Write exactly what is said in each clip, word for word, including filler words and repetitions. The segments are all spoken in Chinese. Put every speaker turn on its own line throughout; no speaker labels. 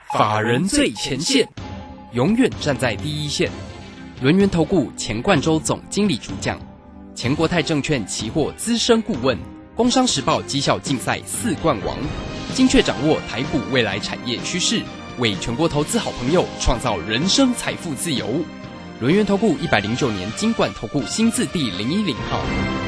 法人最前线，永远站在第一线。轮源投顾钱冠洲总经理主讲，前国泰证券期货资深顾问，工商时报绩效竞赛四冠王，精确掌握台股未来产业趋势，为全国投资好朋友创造人生财富自由。轮源投顾一百零九年金管投顾新字第零一零号。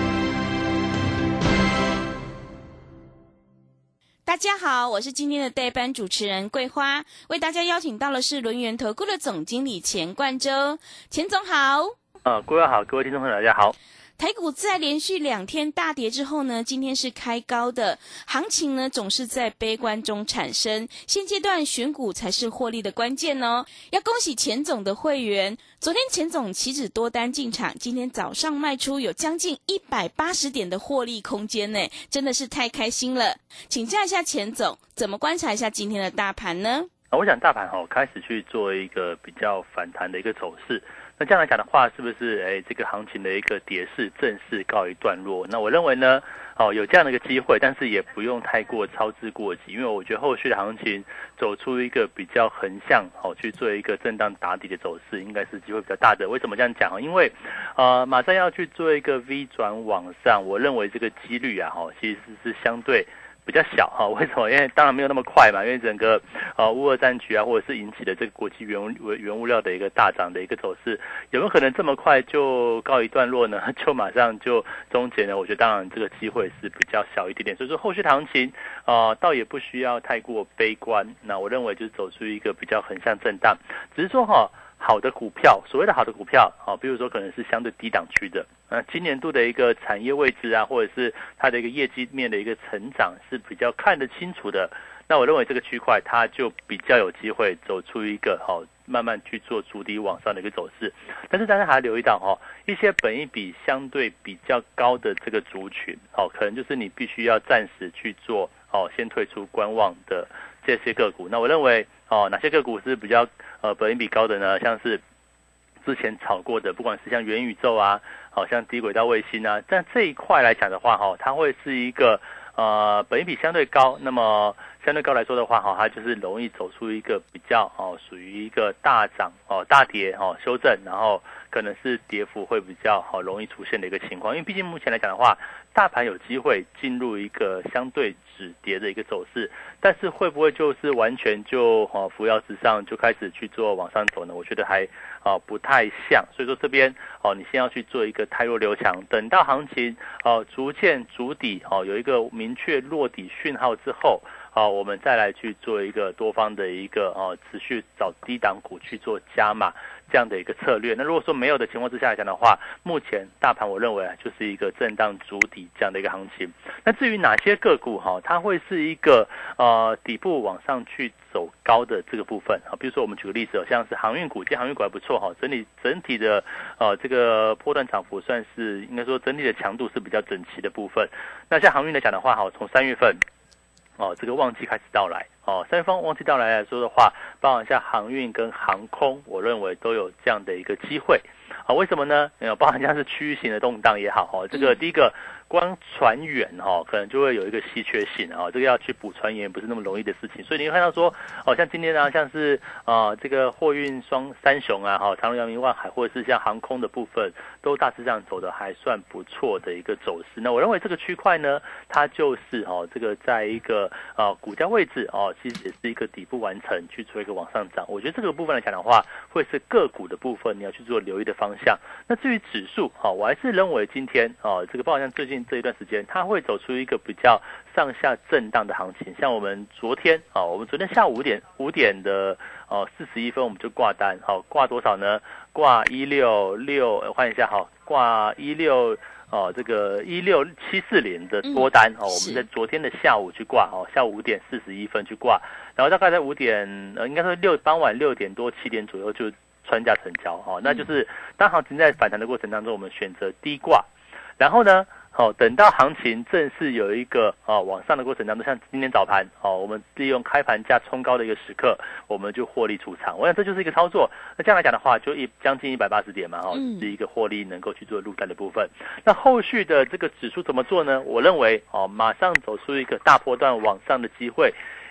大家好，我是今天的代班主持人桂花，为大家邀请到的是轮源投顾的总经理钱冠洲。钱总好。
呃，桂花好，各位听众朋友大家好。
台股在连续两天大跌之后呢，今天是开高的，行情呢总是在悲观中产生，现阶段选股才是获利的关键哦。要恭喜钱总的会员，昨天钱总期指多单进场，今天早上卖出，有将近一百八十点的获利空间呢，真的是太开心了。请教一下钱总，怎么观察一下今天的大盘呢？
我想大盘哦开始去做一个比较反弹的一个走势。那这样来讲的话，是不是哎这个行情的一个跌势正式告一段落？那我认为呢，哦有这样的一个机会，但是也不用太过操之过急，因为我觉得后续的行情走出一个比较横向，哦去做一个震荡打底的走势，应该是机会比较大的。为什么这样讲？因为呃马上要去做一个 V 转往上，我认为这个几率啊，哈其实是相对比较小哈，为什么？因为当然没有那么快嘛，因为整个呃乌俄战局啊，或者是引起的这个国际原物原物料的一个大涨的一个走势，有没有可能这么快就告一段落呢？就马上就终结呢？我觉得当然这个机会是比较小一点点，所以说后续行情呃倒也不需要太过悲观。那我认为就是走出一个比较横向震荡，只是说哈。好的股票，所谓的好的股票，好，比如说可能是相对低档区的，那今年度的一个产业位置啊，或者是它的一个业绩面的一个成长是比较看得清楚的，那我认为这个区块它就比较有机会走出一个好慢慢去做筑底往上的一个走势。但是大家还要留意到哈，一些本益比相对比较高的这个族群，好，可能就是你必须要暂时去做，好，先退出观望的这些个股。那我认为哦，哪些个股是比较呃本益比高的呢？像是之前炒过的，不管是像元宇宙啊，好像低轨道卫星啊，但这一块来讲的话，哈，它会是一个呃本益比相对高，那么相对高来说的话，哈，它就是容易走出一个比较哦属于一个大涨哦大跌哦修正，然后可能是跌幅会比较好容易出现的一个情况。因为毕竟目前来讲的话，大盘有机会进入一个相对止跌的一个走势，但是会不会就是完全就哦扶摇直上就开始去做往上走呢？我觉得还哦不太像，所以说这边哦你先要去做一个汰弱留强，等到行情哦逐渐筑底哦有一个明确落底讯号之后，好，我们再来去做一个多方的一个哦持续找低档股去做加码这样的一个策略。那如果说没有的情况之下来讲的话，目前大盘我认为啊就是一个震荡筑底这样的一个行情。那至于哪些个股哈，它会是一个呃底部往上去走高的这个部分啊，比如说我们举个例子，像是航运股，今天航运股还不错哈，整体整体的呃这个波段涨幅算是应该说整体的强度是比较整齐的部分。那像航运来讲的话，哈，从三月份。哦，这个旺季开始到来哦，三月份旺季到来来说的话，包含像航运跟航空，我认为都有这样的一个机会。啊，为什么呢？呃，包含像是区域型的动荡也好，哦，这个第一个光船员哈，可能就会有一个稀缺性啊，这个要去补船员不是那么容易的事情，所以你会看到说，哦，像今天啊，像是啊这个货运双三雄啊，哈，长荣、阳明、万海，或者是像航空的部分，都大致上走的还算不错的一个走势。那我认为这个区块呢，它就是哦，这个在一个啊股价位置哦，其实也是一个底部完成去做一个往上涨。我觉得这个部分来讲的话，会是个股的部分你要去做留意的方向。那至于指数，哈，我还是认为今天哦，这个包括像最近这一段时间，它会走出一个比较上下震荡的行情。像我们昨天啊，我们昨天下午五点五点的哦四十一分我们就挂单，好，挂多少呢？挂一六六，换一下哈，挂一六哦这个一六七四零的多单哦，我们在昨天的下午去挂哦，下午五点四十一分去挂，然后大概在五点呃应该说六傍晚六点多七点左右就穿价成交哦，那就是当行情在反弹的过程当中，我们选择低挂，然后呢，哦，等到行情正式有一个哦往上的过程当中，像今天早盘哦，我们利用开盘价冲高的一个时刻，我们就获利出场。我想这就是一个操作。那这样来讲的话，就一将近一百八十点嘛，哦，是一个获利能够去做入单的部分。那后续的这个指数怎么做呢？我认为哦，马上走出一个大波段往上的机会。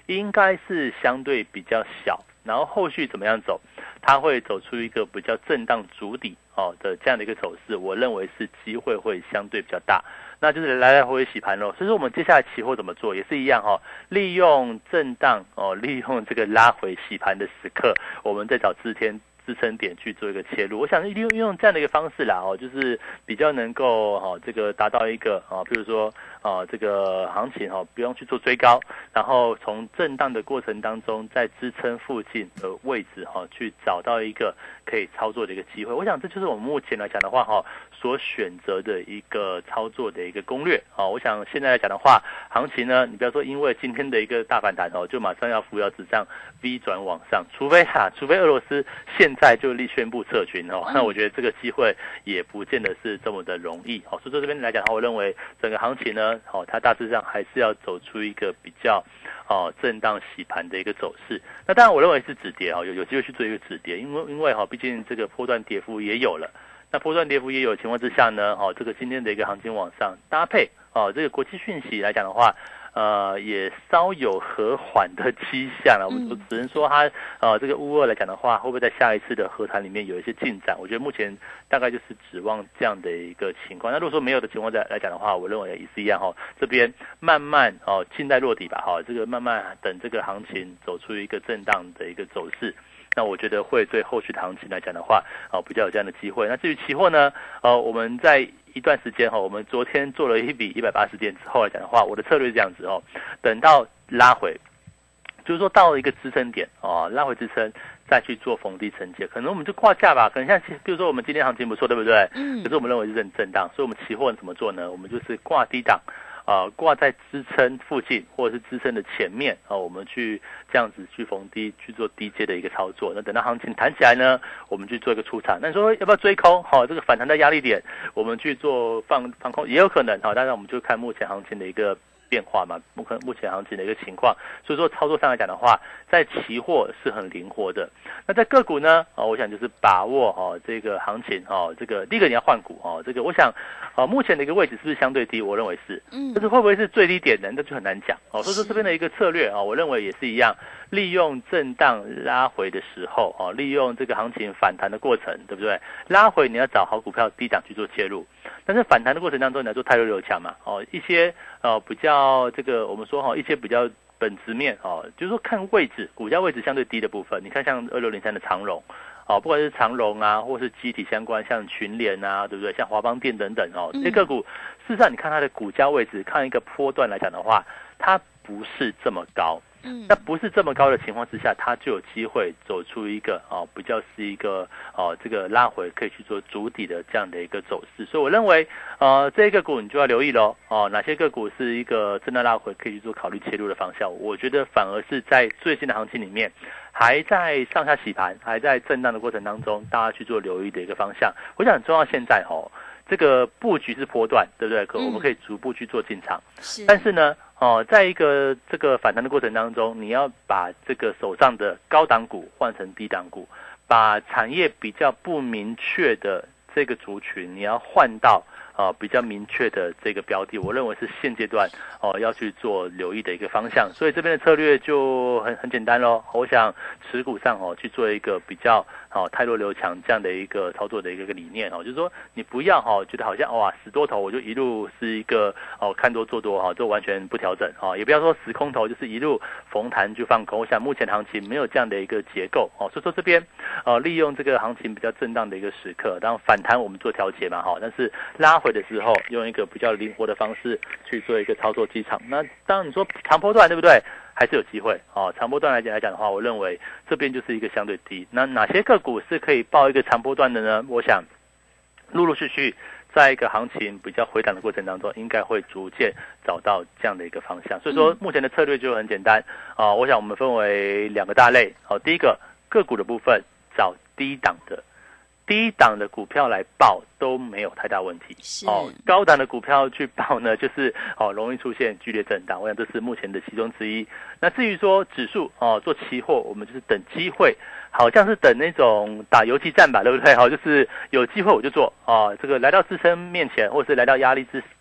应该是相对比较小，然后后续怎么样走，它会走出一个比较震荡筑底哦的这样的一个走势，我认为是机会会相对比较大。那就是来来回回洗盘咯，所以说我们接下来期货怎么做也是一样哈、哦，利用震荡哦，利用这个拉回洗盘的时刻，我们再找支天支撑点去做一个切入。我想利用用这样的一个方式啦哦，就是比较能够哦这个达到一个哦，比如说哦这个行情哦不用去做追高，然后从震荡的过程当中，在支撑附近的位置哈、哦，去找到一个可以操作的一个机会。我想这就是我们目前来讲的话哈、哦。所选择的一个操作的一个攻略啊、哦，我想现在来讲的话，行情呢，你不要说因为今天的一个大反弹哦，就马上要扶摇直上 V 转往上，除非哈、啊，除非俄罗斯现在就立宣布撤军哦，那我觉得这个机会也不见得是这么的容易哦。所以说这边来讲的话，我认为整个行情呢，哦，它大致上还是要走出一个比较哦震荡洗盘的一个走势。那当然我认为是止跌哦，有有机会去做一个止跌，因为因为哈、哦，毕竟这个波段跌幅也有了。那波段跌幅也有情况之下呢，哦，这个今天的一个行情往上搭配，哦，这个国际讯息来讲的话，呃，也稍有和缓的迹象了。我们只能说它，呃，这个乌俄来讲的话，会不会在下一次的和谈里面有一些进展？我觉得目前大概就是指望这样的一个情况。那如果说没有的情况下来讲的话，我认为也是一样哈、哦，这边慢慢哦，静待落底吧，哈、哦，这个慢慢等这个行情走出一个震荡的一个走势。那我觉得会对后续的行情来讲的话，哦，比较有这样的机会。那至于期货呢，呃，我们在一段时间哈、哦，我们昨天做了一笔一百八十点之后来讲的话，我的策略是这样子哦，等到拉回，就是说到了一个支撑点哦，拉回支撑再去做逢低承接，可能我们就挂价吧，可能像比如说我们今天行情不错，对不对？嗯。可是我们认为是震震荡，所以我们期货怎么做呢？我们就是挂低档。啊、呃，挂在支撑附近或者是支撑的前面啊、呃，我们去这样子去逢低去做低阶的一个操作。那等到行情弹起来呢，我们去做一个出场。那你说要不要追空？好、哦，这个反弹的压力点，我们去做放放空也有可能。好、哦，当然我们就看目前行情的一个变化嘛，目目前行情的一个情况。所以说操作上来讲的话，在期货是很灵活的。那在个股呢？哦，我想就是把握哦这个行情哦，这个第一个你要换股哦，这个我想。哦，目前的一个位置是不是相对低？我认为是，嗯，但是会不会是最低点呢？那就很难讲哦。所以说这边的一个策略啊、哦，我认为也是一样，利用震荡拉回的时候哦，利用这个行情反弹的过程，对不对？拉回你要找好股票低档去做切入，但是反弹的过程当中你要做太弱留强嘛哦，一些呃比较这个我们说哈、哦，一些比较本质面哦，就是说看位置，股价位置相对低的部分，你看像二六零三的长荣。哦，不管是长荣啊，或是机体相关，像群联啊，对不对？像华邦电等等哦，这些个股，事实上你看它的股价位置，看一个波段来讲的话，它不是这么高。嗯，那不是这么高的情况之下，它就有机会走出一个哦，比较是一个哦，这个拉回可以去做筑底的这样的一个走势。所以我认为，呃，这个股你就要留意咯哦，哪些个股是一个震荡拉回可以去做考虑切入的方向。我觉得反而是在最新的行情里面，还在上下洗盘，还在震荡的过程当中，大家去做留意的一个方向。我想很重要，现在哦。这个布局是波段，对不对？可我们可以逐步去做进场。是。但是呢，哦，在一个这个反弹的过程当中，你要把这个手上的高档股换成低档股，把产业比较不明确的这个族群，你要换到呃比较明确的这个标的，我认为是现阶段哦、呃、要去做留意的一个方向。所以这边的策略就很很简单咯，我想持股上哦去做一个比较。好、哦，太弱留强这样的一个操作的一个理念哦，就是说你不要哈、哦，觉得好像哇死多头我就一路是一个哦看多做多哈，这、哦、完全不调整哈、哦，也不要说死空头就是一路逢弹就放空。我想目前行情没有这样的一个结构哦，所以说这边呃利用这个行情比较震荡的一个时刻，当然反弹我们做调节嘛哈、哦，但是拉回的时候用一个比较灵活的方式去做一个操作机场。那当然你说长波段对不对？还是有机会哦。长波段来讲来讲的话，我认为这边就是一个相对低。那哪些个股是可以报一个长波段的呢？我想陆陆续续在一个行情比较回档的过程当中，应该会逐渐找到这样的一个方向。所以说目前的策略就很简单啊、哦。我想我们分为两个大类。好、哦，第一个个股的部分，找低档的。低档的股票来报都没有太大问题哦，高档的股票去报呢，就是哦容易出现剧烈震荡，我想这是目前的其中之一。那至于说指数哦做期货，我们就是等机会，好像是等那种打游击战吧，对不对？好、哦，就是有机会我就做哦，这个来到支撑面前，或是来到压力支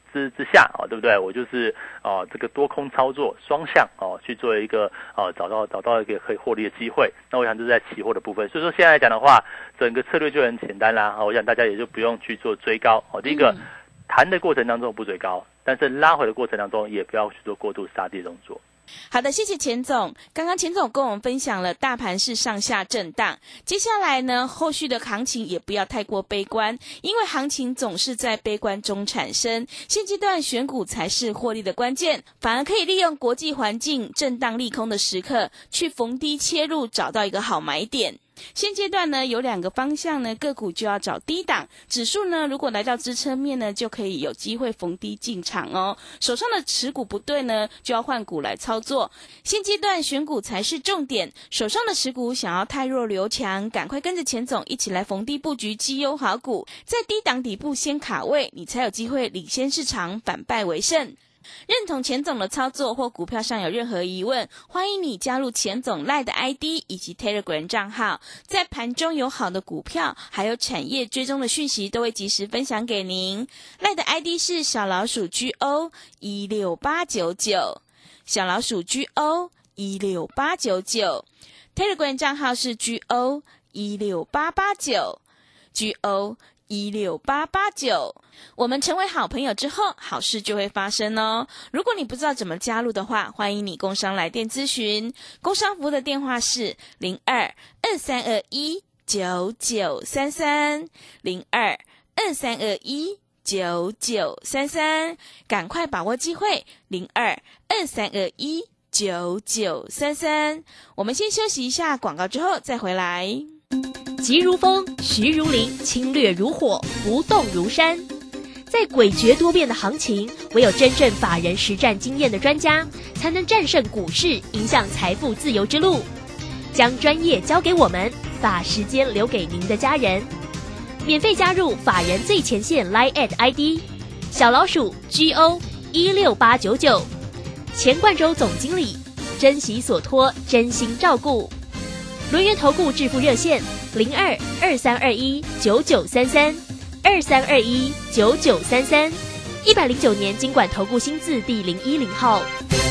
之之下哦，对不对？我就是哦这个多空操作双向哦去做一个哦找到找到一个可以获利的机会。那我想这是在期货的部分，所以说现在来讲的话，整个策略就很简单啦。哦、我想大家也就不用去做追高哦。第一个，弹的过程当中不追高，但是拉回的过程当中也不要去做过度杀跌动作。
好的，谢谢钱总。刚刚钱总跟我们分享了大盘是上下震荡，接下来呢，后续的行情也不要太过悲观，因为行情总是在悲观中产生。现阶段选股才是获利的关键，反而可以利用国际环境震荡利空的时刻，去逢低切入，找到一个好买点。现阶段呢有两个方向呢，个股就要找低档，指数呢如果来到支撑面呢，就可以有机会逢低进场哦。手上的持股不对呢，就要换股来操作。现阶段选股才是重点，手上的持股想要汰弱留强，赶快跟着钱总一起来逢低布局绩优好股，在低档底部先卡位，你才有机会领先市场，反败为胜。认同钱总的操作或股票上有任何疑问，欢迎你加入钱总 LINE 的 I D 以及 Telegram 账号，在盘中有好的股票还有产业追踪的讯息都会及时分享给您。 LINE 的 I D 是小老鼠 G O 一六八九九， 小老鼠 G O 一六八九九， Telegram 账号是 G O 一六八八九， G O一六八八九，我们成为好朋友之后，好事就会发生哦。如果你不知道怎么加入的话，欢迎你工商来电咨询。工商服务的电话是零二二三二一九九三三零二二三二一九九三三，赶快把握机会零二二三二一九九三三。我们先休息一下广告，之后再回来。
急如风，徐如林，侵略如火，不动如山。在诡谲多变的行情，唯有真正法人实战经验的专家，才能战胜股市，迎向财富自由之路。将专业交给我们，把时间留给您的家人。免费加入法人最前线 Line at I D 小老鼠 G O 一六八九九，钱冠洲总经理，珍惜所托，真心照顾。轮源投顾致富热线零二二三二一九九三三二三二一九九三三，一百零九年金管投顾新字第零一零号。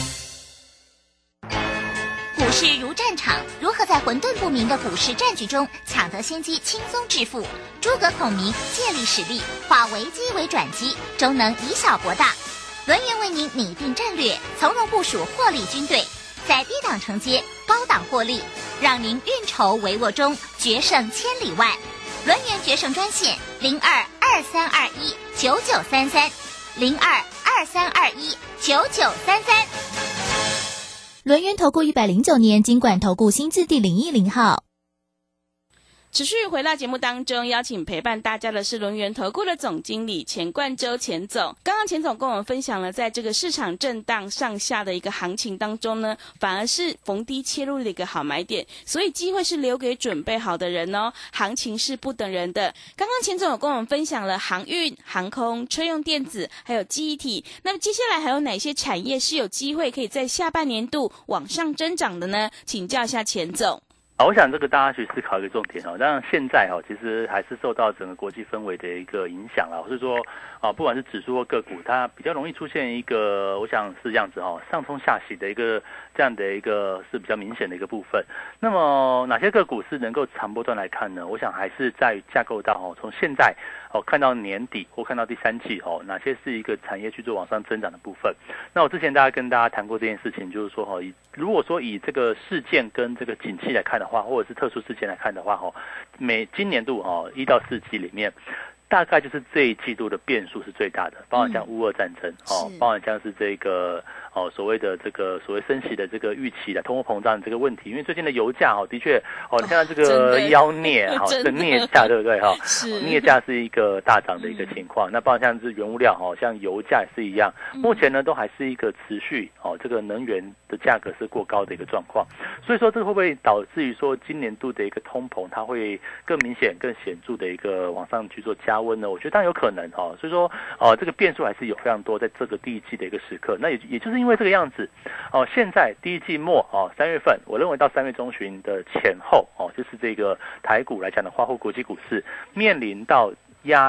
股市如战场，如何在混沌不明的股市战局中抢得先机，轻松致富？诸葛孔明借力使力，化危机为转机，终能以小博大。轮源为您拟定战略，从容部署获利军队，在低档承接，高档获利，让您运筹帷幄中决胜千里外。轮源决胜专线零二二三二一九九三三零二二三二一九九三三。
轮源投顾一百零九年金管投顾新字第零一零号。
持续回到节目当中，邀请陪伴大家的是轮源投顾的总经理钱冠洲钱总。刚刚钱总跟我们分享了，在这个市场震荡上下的一个行情当中呢，反而是逢低切入的一个好买点，所以机会是留给准备好的人哦。行情是不等人的。刚刚钱总有跟我们分享了航运、航空、车用电子还有记忆体，那么接下来还有哪些产业是有机会可以在下半年度往上增长的呢？请教一下钱总。
好，我想这个大家去思考一个重点哦。当然现在哦，其实还是受到整个国际氛围的一个影响啦。所以说啊，不管是指数或个股，它比较容易出现一个，我想是这样子哦，上冲下洗的一个这样的一个是比较明显的一个部分。那么哪些个股是能够长波段来看呢？我想还是在架构到哦，从现在哦看到年底或看到第三季哦，哪些是一个产业去做往上增长的部分。那我之前大家跟大家谈过这件事情，就是说哈，以如果说以这个事件跟这个景气来看的话，或者是特殊事件来看的话哈，每今年度哈一到四季里面，大概就是这一季度的变数是最大的，包含像乌俄战争、嗯、哦，包含像是这个哦所谓的这个所谓升息的这个预期的通货膨胀的这个问题，因为最近的油价哦的确哦，你看到这个妖孽哈，这个镍价对不对哈？是镍价是一个大涨的一个情况，嗯、那包含像是原物料哈，像油价也是一样，目前呢都还是一个持续哦这个能源的价格是过高的一个状况，所以说这个会不会导致于说今年度的一个通膨它会更明显、更显著的一个往上去做加温呢？我觉得当然有可能哦，所以说哦、呃、这个变数还是有非常多在这个第一季的一个时刻，那也也就是因为这个样子哦、呃，现在第一季末哦三月份，我认为到三月中旬的前后哦，就是这个台股来讲的话，或国际股市面临到压力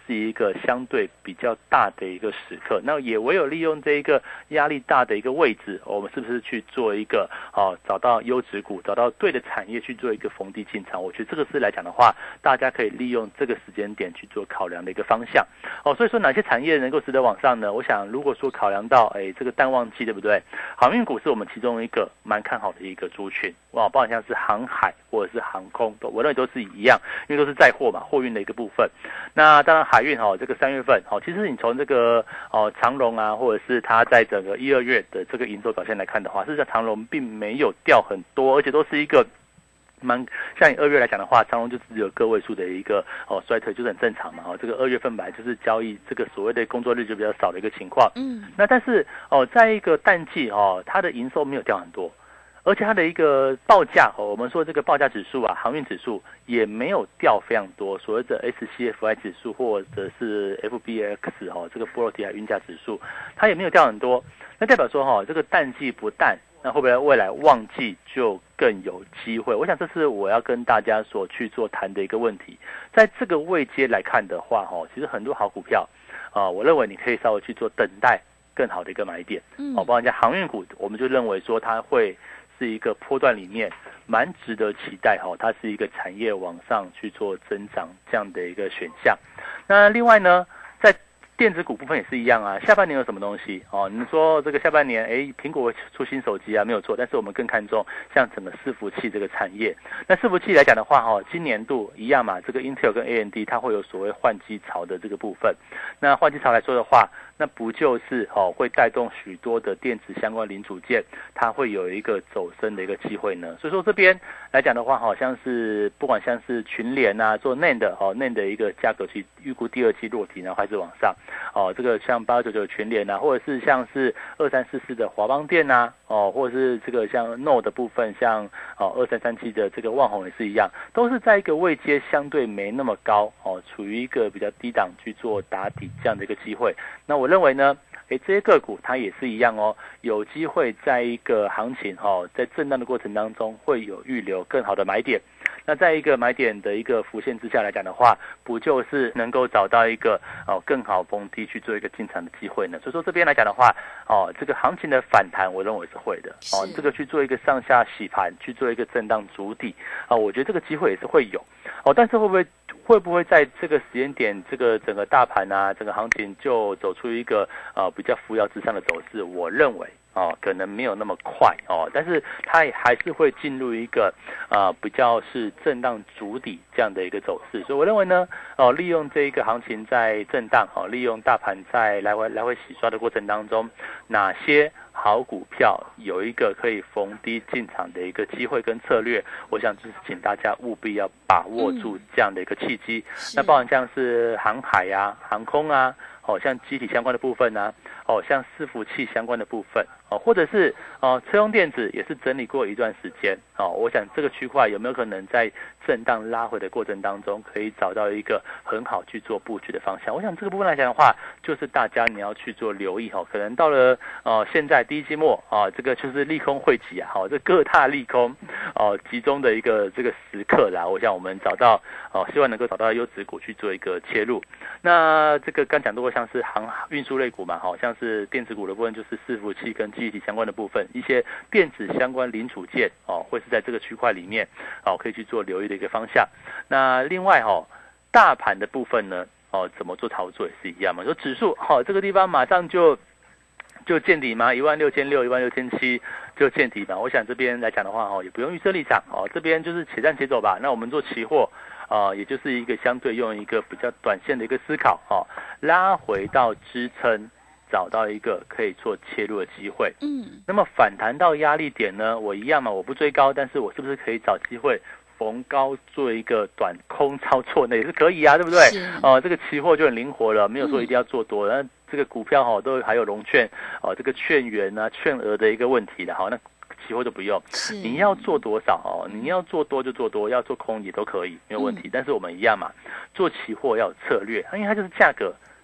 是一个相对比较大的一个时刻，那也唯有利用这一个压力大的一个位置，我们是不是去做一个哦，找到优质股，找到对的产业去做一个逢低进场？我觉得这个是来讲的话，大家可以利用这个时间点去做考量的一个方向哦。所以说哪些产业能够值得往上呢？我想如果说考量到哎这个淡旺季，对不对？航运股是我们其中一个蛮看好的一个族群哇，包括像是航海或者是航空，我认为都是一样，因为都是载货嘛，货运的一个部分。那当然海运哈、哦，这个三月份哈、哦，其实你从这个哦长荣啊，或者是它在整个一二月的这个营收表现来看的话，事实上长荣并没有掉很多，而且都是一个蛮像你二月来讲的话，长荣就只有个位数的一个哦衰退，就是很正常嘛。哦，这个二月份本来就是交易这个所谓的工作日就比较少的一个情况。嗯，那但是哦，在一个淡季哦，它的营收没有掉很多。而且它的一个报价哦，我们说这个报价指数啊，航运指数也没有掉非常多，所谓的 S C F I 指数或者是 F B X 哦，这个波罗的海运价指数，它也没有掉很多。那代表说哈、哦，这个淡季不淡，那会不会未来旺季就更有机会？我想这是我要跟大家所去做谈的一个问题。在这个位阶来看的话，哈，其实很多好股票啊，我认为你可以稍微去做等待更好的一个买点。嗯，哦，包括像航运股，我们就认为说它会是一个波段里面蛮值得期待哈，它是一个产业往上去做增长这样的一个选项。那另外呢，在电子股部分也是一样啊，下半年有什么东西哦？你说这个下半年，哎，苹果出新手机啊，没有错，但是我们更看重像整个伺服器这个产业。那伺服器来讲的话，哈，今年度一样嘛，这个 Intel 跟 A M D 它会有所谓换机潮的这个部分。那换机潮来说的话，那不就是哦会带动许多的电子相关零组件，它会有一个走升的一个机会呢？所以说这边来讲的话，好像是不管像是群联啊，做 N A N D 哦 N A N D 的一个价格去预估第二季落底，然后还是往上。哦，这个像八九九群联啊，或者是像是二三四四的华邦电啊，哦，或者是这个像 N O 的部分，像哦二三三七的这个旺宏也是一样，都是在一个位阶相对没那么高哦，处于一个比较低档去做打底这样的一个机会。那我认为呢，诶，这些个股它也是一样哦，有机会在一个行情哦，在震荡的过程当中会有预留更好的买点。那在一个买点的一个浮现之下来讲的话，不就是能够找到一个哦更好逢低去做一个进场的机会呢？所以说这边来讲的话，哦这个行情的反弹，我认为是会的哦，这个去做一个上下洗盘，去做一个震荡筑底啊、哦，我觉得这个机会也是会有哦，但是会不会会不会在这个时间点，这个整个大盘啊，整个行情就走出一个呃比较扶摇直上的走势？我认为。哦，可能没有那么快哦，但是它也还是会进入一个呃比较是震荡筑底这样的一个走势，所以我认为呢，哦，利用这一个行情在震荡，哦，利用大盘在来回来回洗刷的过程当中，哪些好股票有一个可以逢低进场的一个机会跟策略，我想就是请大家务必要把握住这样的一个契机。嗯、那包含像是航海啊、航空啊。哦，像机体相关的部分啊，哦，像伺服器相关的部分，哦，或者是哦，车用电子也是整理过一段时间，哦，我想这个区块有没有可能在震荡拉回的过程当中，可以找到一个很好去做布局的方向？我想这个部分来讲的话，就是大家你要去做留意哦，可能到了哦现在第一季末啊、哦，这个就是利空汇集啊，好、哦，这各大利空哦集中的一个这个时刻啦，我想我们找到哦，希望能够找到优质股去做一个切入。那这个刚讲过。像是航运输类股嘛，好像是电子股的部分，就是伺服器跟记忆体相关的部分，一些电子相关零组件哦，会是在这个区块里面哦，可以去做留意的一个方向。那另外哦，大盘的部分呢，哦，怎么做操作也是一样嘛。说指数好、哦，这个地方马上就就见底吗？一万六千六、一万六千七就见底嘛。我想这边来讲的话哦，也不用预设立场哦，这边就是且战且走吧。那我们做期货。啊、呃，也就是一个相对用一个比较短线的一个思考哦，拉回到支撑，找到一个可以做切入的机会。嗯，那么反弹到压力点呢，我一样嘛，我不追高，但是我是不是可以找机会逢高做一个短空操作呢？也是可以啊，对不对？哦、呃，这个期货就很灵活了，没有说一定要做多。那、嗯、这个股票哈、哦，都还有融券哦、呃，这个券源啊、券额的一个问题的。好，那。期货就不用，你要做多少哦？你要做多就做多，要做空也都可以，没有问题。嗯、但是我们一样嘛，做期货要有策略，因为它就是价格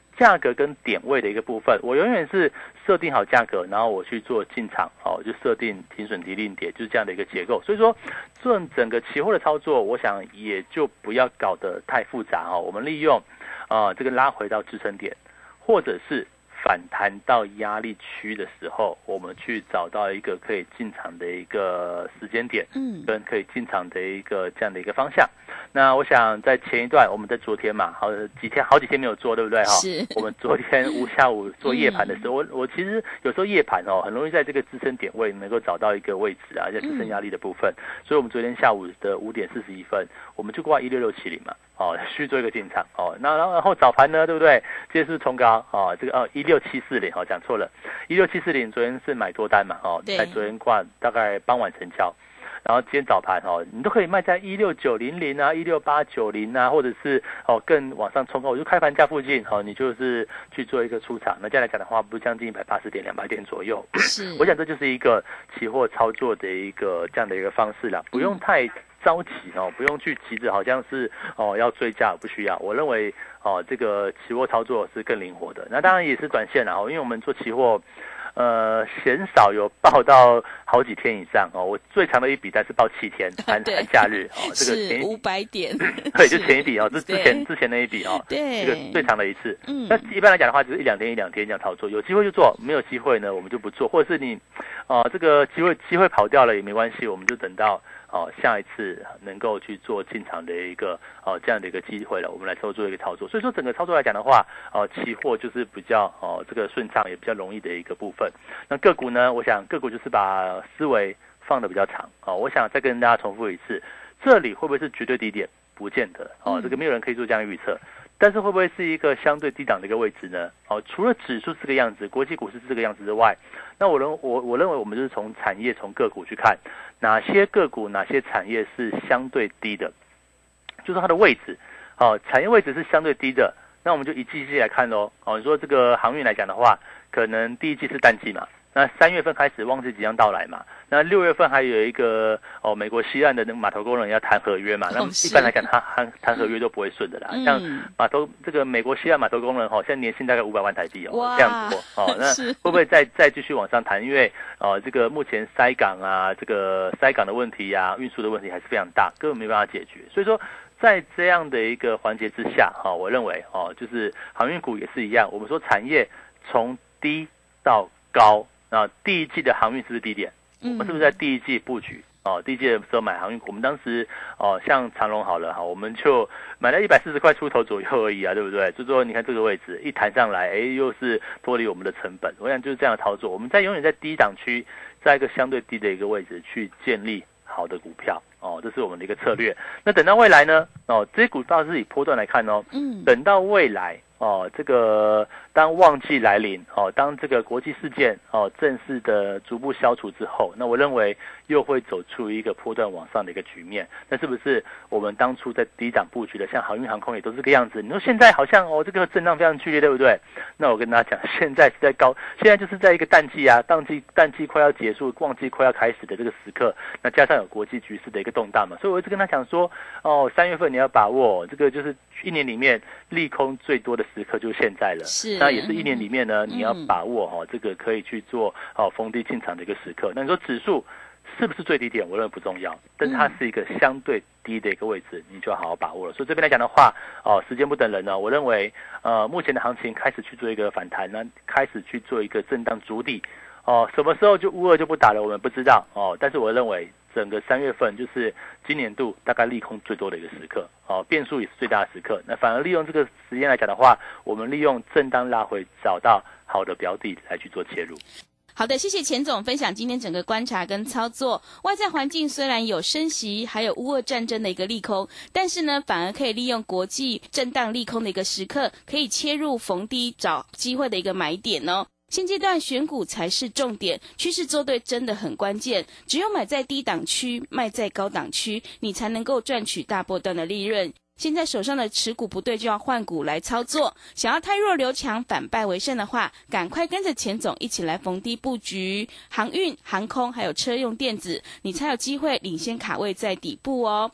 价格跟点位的一个部分，我永远是设定好价格，然后我去做进场，哦，就设定停损停利点，就是这样的一个结构。所以说，这整个期货的操作，我想也就不要搞得太复杂哦。我们利用啊、呃、这个拉回到支撑点，或者是反弹到压力区的时候，我们去找到一个可以进场的一个时间点，嗯，跟可以进场的一个这样的一个方向。那我想在前一段，我们在昨天嘛，好几天好几天没有做，对不对哈？
是。
我们昨天午下午做夜盘的时候，我我其实有时候夜盘哦，很容易在这个支撑点位能够找到一个位置啊，在支撑压力的部分。嗯、所以我们昨天下午的五点四十一分，我们就挂一六六七零嘛，哦，去做一个进场哦。那然后然后早盘呢，对不对？今天是不是冲高哦？这个哦一六七四零，哦讲错了，一六七四零昨天是买多单嘛，哦，在昨天挂大概傍晚成交。然后今天早盘哦，你都可以卖在一六九零零啊、一六八九零啊，或者是哦更往上冲高，我就开盘价附近哦，你就是去做一个出场。那这样来讲的话，不是将近一百八十点、两百点左右。是，我想这就是一个期货操作的一个这样的一个方式啦，不用太着急哦，不用去急着好像是哦要追价，不需要。我认为哦，这个期货操作是更灵活的。那当然也是短线啦，哦，因为我们做期货。呃，鲜少有报到好几天以上哦。我最长的一笔单是报七天，含含假日哦。这个前
五百点，
对，就前一笔哦，这之前之前那一笔哦，对，这个最长的一次。嗯，那一般来讲的话，就是一两天一两天这样操作，有机会就做，没有机会呢，我们就不做，或者是你，哦、呃，这个机会机会跑掉了也没关系，我们就等到。哦，下一次能够去做进场的一个哦这样的一个机会了，我们来做做一个操作。所以说整个操作来讲的话，哦，期货就是比较哦这个顺畅也比较容易的一个部分。那个股呢，我想个股就是把思维放得比较长。哦，我想再跟大家重复一次，这里会不会是绝对低点？不见得。哦，这个没有人可以做这样的预测。但是会不会是一个相对低档的一个位置呢？哦，除了指数是这个样子，国际股市是这个样子之外，那我认我我认为我们就是从产业从个股去看，哪些个股哪些产业是相对低的，就是它的位置，哦，产业位置是相对低的，那我们就一季一季来看咯。哦，你说这个航运来讲的话，可能第一季是淡季嘛。那三月份开始旺季即将到来嘛，那六月份还有一个哦，美国西岸的那个码头工人要谈合约嘛，那一般来讲，他谈谈合约都不会顺的啦。嗯、像码头这个美国西岸码头工人哦，现在年薪大概五百万台币哦，这样多哦，那会不会再再继续往上谈？因为哦，这个目前塞港啊，这个塞港的问题啊，运输的问题还是非常大，根本没办法解决。所以说，在这样的一个环节之下，哈、哦，我认为哦，就是航运股也是一样。我们说产业从低到高。那第一季的航运是不是低点？我们是不是在第一季布局？哦，第一季的时候买航运股，我们当时哦，像长荣好了哈，我们就买了一百四十块出头左右而已啊，对不对？就说你看这个位置一弹上来，哎，又是脱离我们的成本。我想就是这样的操作，我们在永远在低档区，在一个相对低的一个位置去建立好的股票哦，这是我们的一个策略。那等到未来呢？哦，这些股票是以波段来看哦，嗯，等到未来。哦，这个当旺季来临，哦，当这个国际事件哦正式的逐步消除之后，那我认为又会走出一个波段往上的一个局面。那是不是我们当初在低档布局的，像航运航空也都是这个样子？你说现在好像哦这个震荡非常剧烈，对不对？那我跟大家讲，现在是在高，现在就是在一个淡季啊，淡季淡季快要结束，旺季快要开始的这个时刻，那加上有国际局势的一个动荡嘛，所以我一直跟他讲说，哦，三月份你要把握这个就是一年里面利空最多的时刻就是现在了，是，那也是一年里面呢，你要把握哈、哦，这个可以去做哦逢低进场的一个时刻。那你说指数是不是最低点？我认为不重要，但是它是一个相对低的一个位置，你就要好好把握了。所以这边来讲的话，哦，时间不等人呢，我认为呃，目前的行情开始去做一个反弹呢，开始去做一个震荡筑底。哦，什么时候就乌二就不打了，我们不知道哦。但是我认为整个三月份就是今年度大概利空最多的一个时刻，哦，变数也是最大的时刻。那反而利用这个时间来讲的话，我们利用震荡拉回找到好的标的来去做切入。
好的，谢谢钱总分享今天整个观察跟操作。外在环境虽然有升息，还有乌俄战争的一个利空，但是呢，反而可以利用国际震荡利空的一个时刻，可以切入逢低找机会的一个买点哦。现阶段选股才是重点，趋势做对真的很关键。只有买在低档区，卖在高档区，你才能够赚取大波段的利润。现在手上的持股不对，就要换股来操作。想要汰弱留强，反败为胜的话，赶快跟着钱总一起来逢低布局航运、航空还有车用电子，你才有机会领先卡位在底部哦。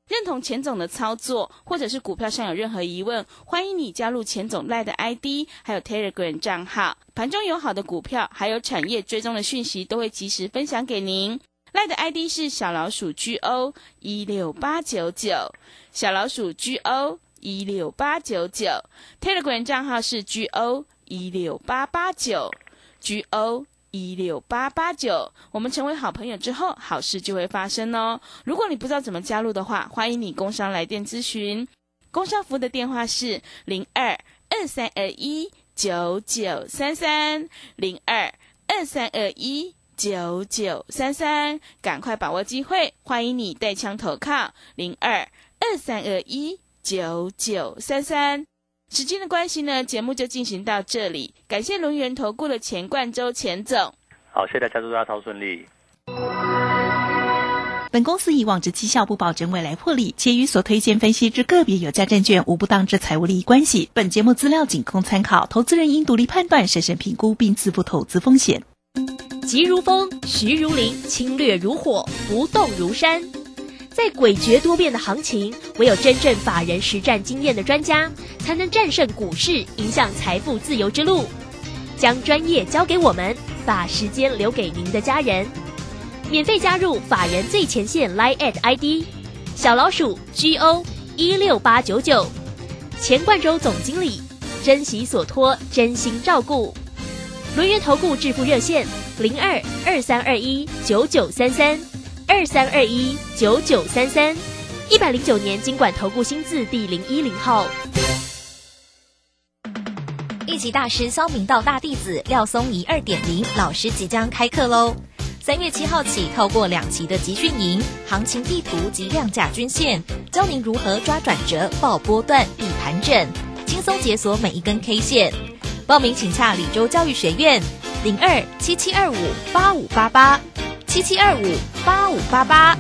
认同钱总的操作，或者是股票上有任何疑问，欢迎你加入钱总 Line 的 I D， 还有 Telegram 账号。盘中有好的股票，还有产业追踪的讯息，都会及时分享给您。Line 的 I D 是小老鼠 G O 一六八九九， 小老鼠 G O 一六八九九， Telegram 账号是 G O 一六八八九， G O 一六八八九。 我们成为好朋友之后，好事就会发生哦。如果你不知道怎么加入的话，欢迎你工商来电咨询。工商服务的电话是零二二三二一九九三三 零二二三二一九九三三，赶快把握机会，欢迎你带枪投靠零二二三二一九九三三。时间的关系呢，节目就进行到这里，感谢轮源投顾的钱冠周钱总。
好，谢谢大家，祝大家超顺利。
本公司以往之绩效不保证未来获利，且与所推荐分析之个别有价证券无不当之财务利益关系。本节目资料仅供参考，投资人应独立判断、审慎评估并自负投资风险。
急如风，徐如林，侵略如火，不动如山。在诡谲多变的行情，唯有真正法人实战经验的专家，才能战胜股市，迎向财富自由之路。将专业交给我们，把时间留给您的家人。免费加入法人最前线 Line at I D 小老鼠 G O 一六八九九，钱冠周总经理，珍惜所托，真心照顾。轮源投顾致富热线零二二三二一九九三三二三二一九九三三，一百零九年金管投顾新字第零一零号。
一级大师肖明道大弟子廖松怡 二点零 老师即将开课喽！三月七号起，透过两期的集训营、行情地图及量价均线，教您如何抓转折、报波段、避盘整，轻松解锁每一根 K 线。报名请洽李州教育学院零二七七二五八五八八七七二五八五八八。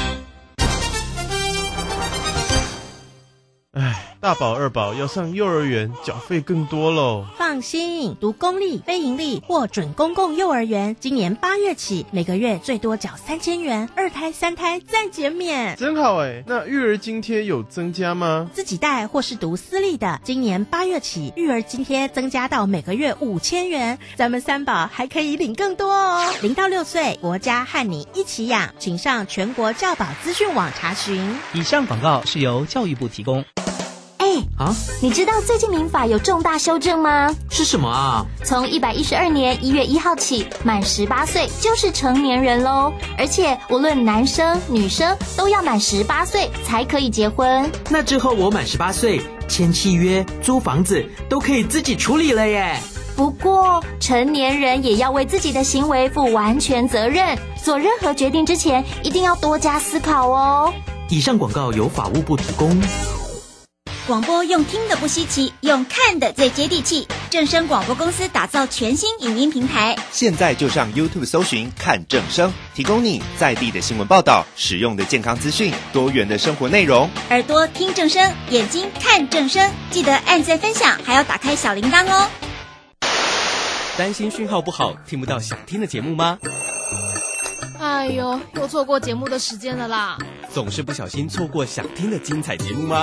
唉，大宝二宝要上幼儿园，缴费更多喽。
放心，读公立、非营利或准公共幼儿园，今年八月起，每个月最多缴三千元，二胎、三胎再减免，
真好哎！那育儿津贴有增加吗？
自己带或是读私立的，今年八月起，育儿津贴增加到每个月五千元，咱们三宝还可以领更多哦。零到六岁，国家和你一起养，请上全国教保资讯网查询。
以上广告是由教育部提供。
哎啊！你知道最近民法有重大修正吗？
是什么啊？
从一百一十二年一月一号起，满十八岁就是成年人喽。而且无论男生女生都要满十八岁才可以结婚。
那之后我满十八岁，签契约、租房子都可以自己处理了耶。
不过成年人也要为自己的行为负完全责任，做任何决定之前一定要多加思考哦。
以上广告由法务部提供。
广播用听的不稀奇，用看的最接地气。正声广播公司打造全新影音平台，
现在就上 YouTube 搜寻看正声，提供你在地的新闻报道、实用的健康资讯、多元的生活内容。
耳朵听正声，眼睛看正声，记得按赞分享，还要打开小铃铛哦。
担心讯号不好，听不到想听的节目吗？
哎呦，又错过节目的时间了啦！
总是不小心错过想听的精彩节目吗？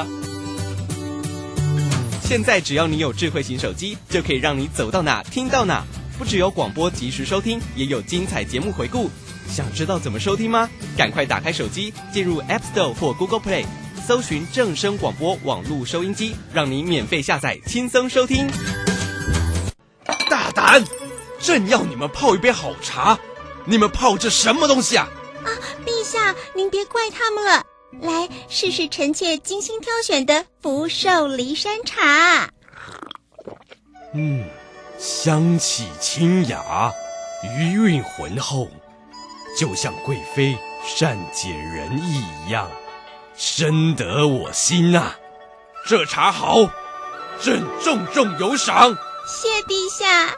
现在只要你有智慧型手机，就可以让你走到哪听到哪。不只有广播及时收听，也有精彩节目回顾。想知道怎么收听吗？赶快打开手机，进入 App Store 或 Google Play， 搜寻正声广播网络收音机，让你免费下载，轻松收听。
大胆！朕要你们泡一杯好茶，你们泡这什么东西啊？
啊，陛下，您别怪他们了。来试试臣妾精心挑选的福寿梨山茶。
嗯，香气清雅，余韵浑厚，就像贵妃善解人意一样，深得我心啊！这茶好，朕重重有赏。
谢陛下。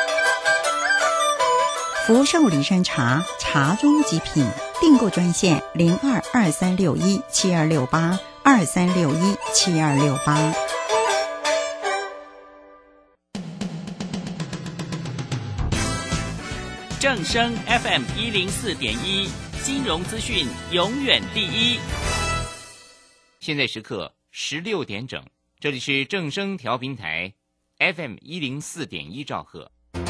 福寿梨山茶，茶中极品。订购专线零二二三六一七二六八二三六一七二六八。
正声 F M 一零四点一，金融资讯永远第一。 现在时刻十六点整，这里是正声调频台 F M 一零四点一兆赫。